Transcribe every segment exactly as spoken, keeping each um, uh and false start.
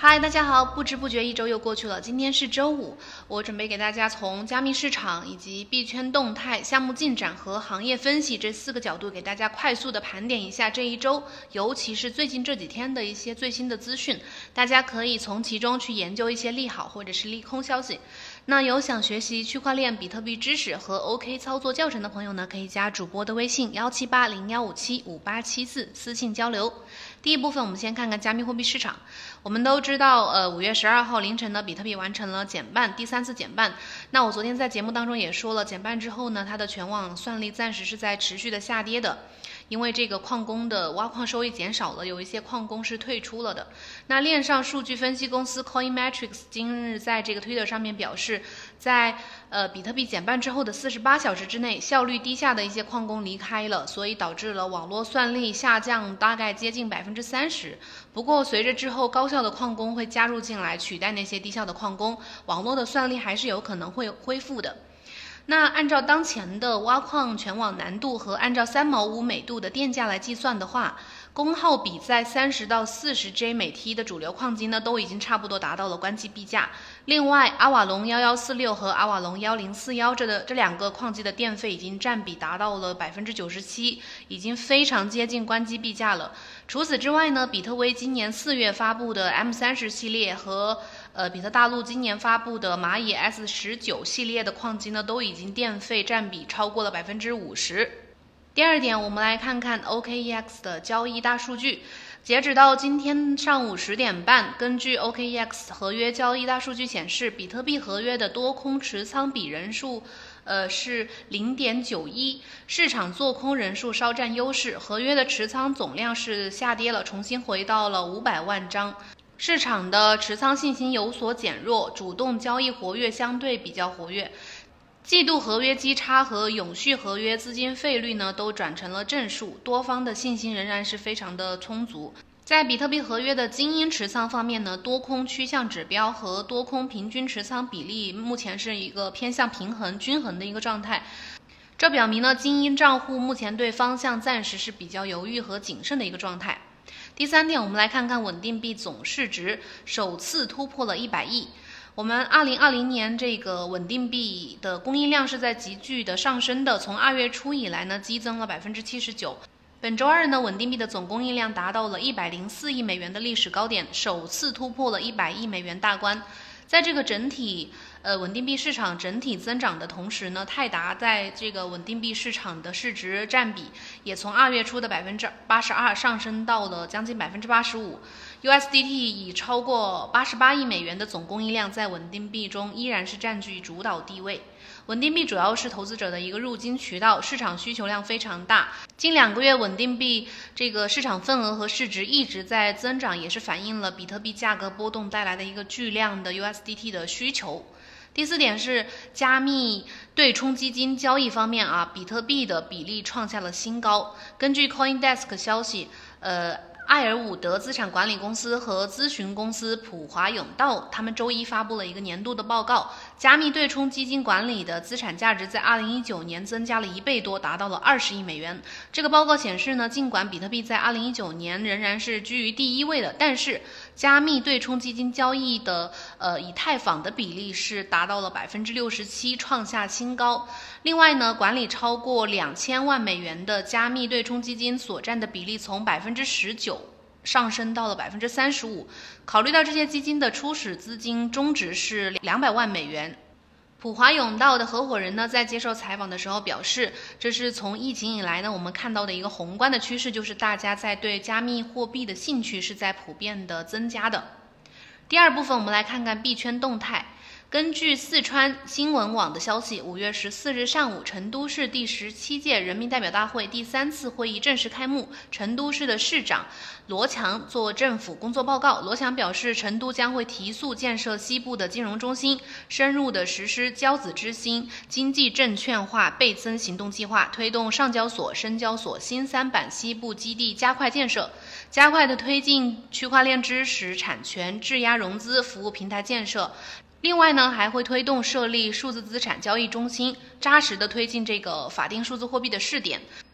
嗨，大家好！不知不觉一周又过去了，今天是周五，我准备给大家从加密市场以及币圈动态、项目进展和行业分析这四个角度，给大家快速的盘点一下这一周，尤其是最近这几天的一些最新的资讯，大家可以从其中去研究一些利好或者是利空消息。那有想学习区块链、比特币知识和 OK 操作教程的朋友呢，可以加主播的微信幺七八零幺五七五八七四私信交流。第一部分，我们先看看加密货币市场。我们都知道，呃，五月十二号凌晨呢，比特币完成了减半，第三次减半。那我昨天在节目当中也说了，减半之后呢，它的全网算力暂时是在持续的下跌的。因为这个矿工的挖矿收益减少了，有一些矿工是退出了的。那链上数据分析公司 Coinmetrics 今日在这个推特上面表示，在呃比特币减半之后的四十八小时之内，效率低下的一些矿工离开了，所以导致了网络算力下降大概接近百分之三十。不过随着之后高效的矿工会加入进来，取代那些低效的矿工，网络的算力还是有可能会恢复的。那按照当前的挖矿全网难度和按照三毛五每度的电价来计算的话，功耗比在三十到四十 J 每 T 的主流矿机呢，都已经差不多达到了关机币价。另外，阿瓦隆一一四六和阿瓦隆一零四一这的这两个矿机的电费已经占比达到了百分之九十七，已经非常接近关机币价了。除此之外呢，比特威今年四月发布的 M 三十 系列和呃比特大陆今年发布的蚂蚁 S 十九 系列的矿机呢，都已经电费占比超过了百分之五十。第二点，我们来看看 O K E X 的交易大数据。截止到今天上午十点半，根据 O K E X 合约交易大数据显示，比特币合约的多空持仓比人数呃是 零点九一， 市场做空人数稍占优势，合约的持仓总量是下跌了，重新回到了五百万张。市场的持仓信心有所减弱，主动交易活跃相对比较活跃。季度合约基差和永续合约资金费率呢都转成了正数，多方的信心仍然是非常的充足。在比特币合约的精英持仓方面呢，多空趋向指标和多空平均持仓比例目前是一个偏向平衡均衡的一个状态。这表明呢，精英账户目前对方向暂时是比较犹豫和谨慎的一个状态。第三点，我们来看看稳定币总市值首次突破了一百亿。我们二零二零年这个稳定币的供应量是在急剧的上升的，从二月初以来呢，激增了百分之七十九。本周二呢，稳定币的总供应量达到了一百零四亿美元的历史高点，首次突破了一百亿美元大关。在这个整体呃稳定币市场整体增长的同时呢，泰达在这个稳定币市场的市值占比也从二月初的百分之八十二上升到了将近百分之八十五。U S D T 以超过八十八亿美元的总供应量，在稳定币中依然是占据主导地位。稳定币主要是投资者的一个入金渠道，市场需求量非常大。近两个月，稳定币这个市场份额和市值一直在增长，也是反映了比特币价格波动带来的一个巨量的 U S D T 的需求。第四点是加密对冲基金交易方面啊，比特币的比例创下了新高。根据 CoinDesk 消息，呃。艾尔伍德资产管理公司和咨询公司普华永道，他们周一发布了一个年度的报告，加密对冲基金管理的资产价值在二零一九年增加了一倍多，达到了二十亿美元。这个报告显示呢，尽管比特币在二零一九年仍然是居于第一位的，但是加密对冲基金交易的呃以太坊的比例是达到了百分之六十七，创下新高。另外呢，管理超过两千万美元的加密对冲基金所占的比例从百分之十九上升到了百分之三十五。考虑到这些基金的初始资金中值是两百万美元，普华永道的合伙人呢，在接受采访的时候表示，这是从疫情以来呢，我们看到的一个宏观的趋势，就是大家在对加密货币的兴趣是在普遍的增加的。第二部分，我们来看看币圈动态。根据四川新闻网的消息，五月十四日上午，成都市第十七届人民代表大会第三次会议正式开幕。成都市的市长罗强做政府工作报告。罗强表示，成都将会提速建设西部的金融中心，深入的实施交子之心经济证券化倍增行动计划，推动上交所、深交所新三板西部基地加快建设，加快的推进区块链知识产权、质押融资服务平台建设。另外呢，还会推动设立数字资产交易中心，扎实的推进这个法定数字货币的试点。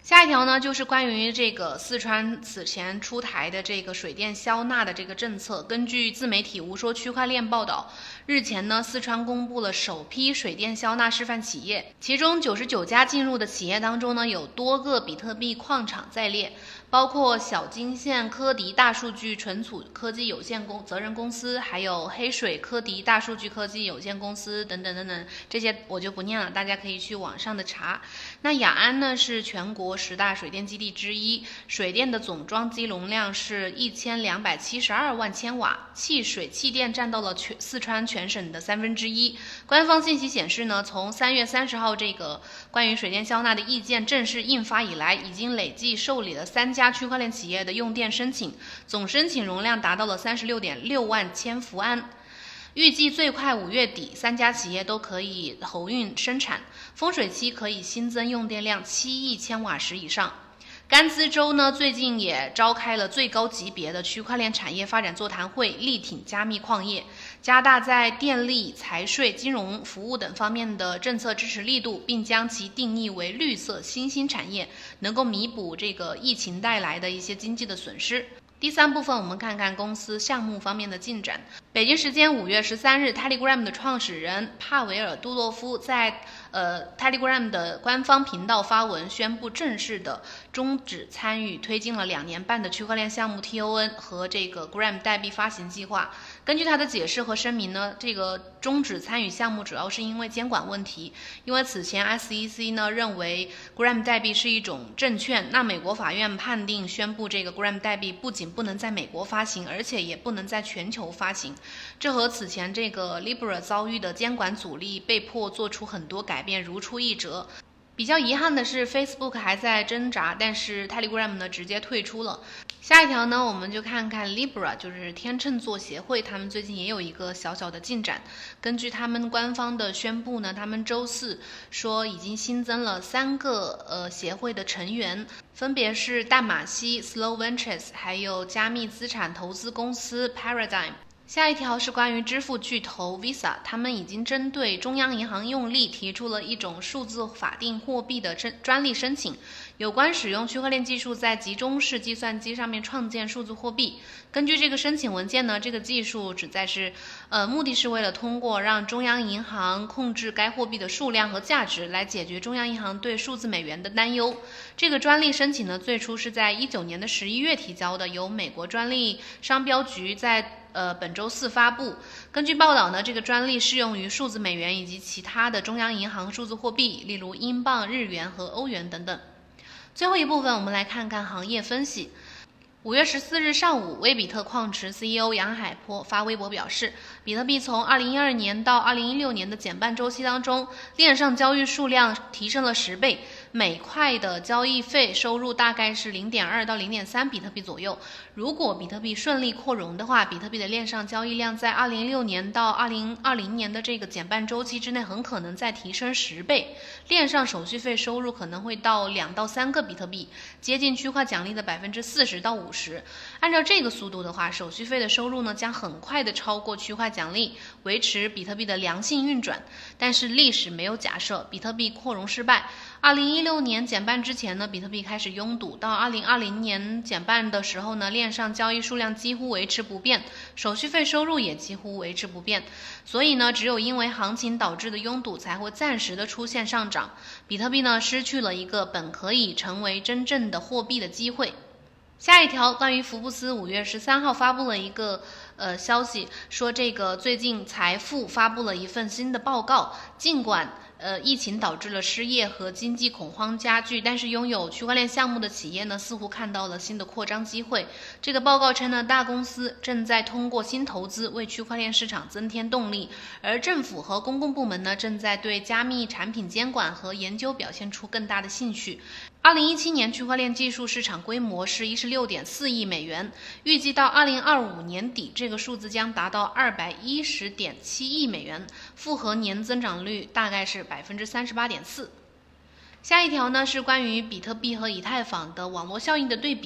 下一条呢，就是关于这个四川此前出台的这个水电消纳的这个政策。根据自媒体无说区块链报道，日前呢，四川公布了首批水电消纳示范企业，其中九十九家进入的企业当中呢，有多个比特币矿场在列，包括小金县科迪大数据存储科技有限公责任公司，还有黑水科迪大数据科技有限公司等等等等，这些我就不念了，大家可以去网上的查。那雅安呢是全国十大水电基地之一，水电的总装机容量是一千两百七十二万千瓦，汽水气电占到了全四川全省的三分之一。官方信息显示呢，从三月三十号这个关于水电消纳的意见正式印发以来，已经累计受理了三家区块链企业的用电申请，总申请容量达到了三十六点六万千伏安。预计最快五月底，三家企业都可以投运生产，丰水期可以新增用电量七亿千瓦时以上。甘孜州呢，最近也召开了最高级别的区块链产业发展座谈会，力挺加密矿业，加大在电力、财税、金融服务等方面的政策支持力度，并将其定义为绿色新兴产业，能够弥补这个疫情带来的一些经济的损失。第三部分，我们看看公司项目方面的进展。北京时间五月十三日 ，Telegram 的创始人帕维尔·杜洛夫在呃 Telegram 的官方频道发文，宣布正式的终止参与推进了两年半的区块链项目 T O N 和这个 Gram 代币发行计划。根据他的解释和声明呢，这个终止参与项目主要是因为监管问题，因为此前 S E C 呢认为 Gram 代币是一种证券，那美国法院判定宣布这个 Gram 代币不仅不能在美国发行，而且也不能在全球发行，这和此前这个 Libra 遭遇的监管阻力，被迫做出很多改变如出一辙。比较遗憾的是 Facebook 还在挣扎，但是 Telegram 呢直接退出了。下一条呢，我们就看看 Libra， 就是天秤座协会，他们最近也有一个小小的进展。根据他们官方的宣布呢，他们周四说已经新增了三个呃协会的成员，分别是淡马锡、Slow Ventures， 还有加密资产投资公司 Paradigm。下一条是关于支付巨头 Visa， 他们已经针对中央银行用力提出了一种数字法定货币的专利申请，有关使用区块链技术在集中式计算机上面创建数字货币。根据这个申请文件呢，这个技术旨在是，呃，目的是为了通过让中央银行控制该货币的数量和价值，来解决中央银行对数字美元的担忧。这个专利申请呢，最初是在一九年的十一月提交的，由美国专利商标局在呃，本周四发布。根据报道呢，这个专利适用于数字美元以及其他的中央银行数字货币，例如英镑、日元和欧元等等。最后一部分，我们来看看行业分析。五月十四日上午，微比特矿池 C E O 杨海波发微博表示，比特币从二零一二年到二零一六年的减半周期当中，链上交易数量提升了十倍，每块的交易费收入大概是 零点二到零点三比特币左右。如果比特币顺利扩容的话，比特币的链上交易量在二零一六年到二零二零年的这个减半周期之内，很可能再提升十倍，链上手续费收入可能会到两到三个比特币，接近区块奖励的百分之四十到五十。按照这个速度的话，手续费的收入呢将很快的超过区块奖励，维持比特币的良性运转。但是历史没有假设比特币扩容失败。二零一六年减半之前呢，比特币开始拥堵，到二零二零年减半的时候呢，链上交易数量几乎维持不变，手续费收入也几乎维持不变。所以呢，只有因为行情导致的拥堵，才会暂时的出现上涨。比特币呢，失去了一个本可以成为真正的货币的机会。下一条，关于福布斯五月十三号发布了一个呃消息，说这个最近财富发布了一份新的报告，尽管呃疫情导致了失业和经济恐慌加剧，但是拥有区块链项目的企业呢，似乎看到了新的扩张机会。这个报告称呢，大公司正在通过新投资为区块链市场增添动力，而政府和公共部门呢，正在对加密产品监管和研究表现出更大的兴趣。二零一七年区块链技术市场规模是一十六点四亿美元，预计到二零二五年底，这个数字将达到二百一十点七亿美元，复合年增长率大概是百分之三十八点四。下一条呢是关于比特币和以太坊的网络效应的对比。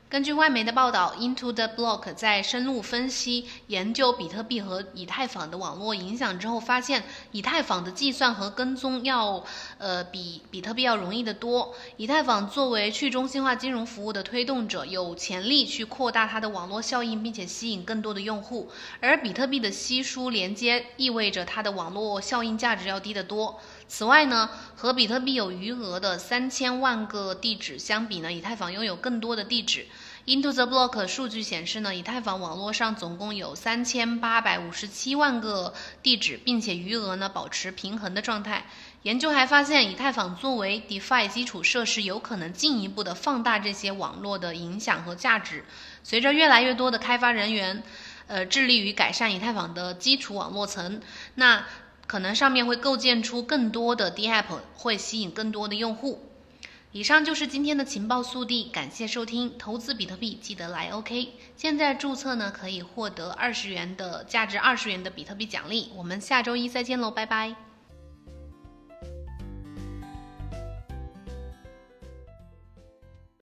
根据外媒的报道 ，Into the Block 在深入分析研究比特币和以太坊的网络影响之后，发现以太坊的计算和跟踪要呃比比特币要容易得多。以太坊作为去中心化金融服务的推动者，有潜力去扩大它的网络效应，并且吸引更多的用户。而比特币的稀疏连接意味着它的网络效应价值要低得多。此外呢，和比特币有余额的三千万个地址相比呢，以太坊拥有更多的地址。Into the Block 数据显示呢，以太坊网络上总共有三千八百五十七万个地址，并且余额呢保持平衡的状态。研究还发现，以太坊作为 DeFi 基础设施，有可能进一步的放大这些网络的影响和价值。随着越来越多的开发人员，呃，致力于改善以太坊的基础网络层，那可能上面会构建出更多的 DApp， 会吸引更多的用户。以上就是今天的情报速递，感谢收听。投资比特币记得来 OK。现在注册呢可以获得二十元的价值二十元的比特币奖励。我们下周一再见喽，拜拜。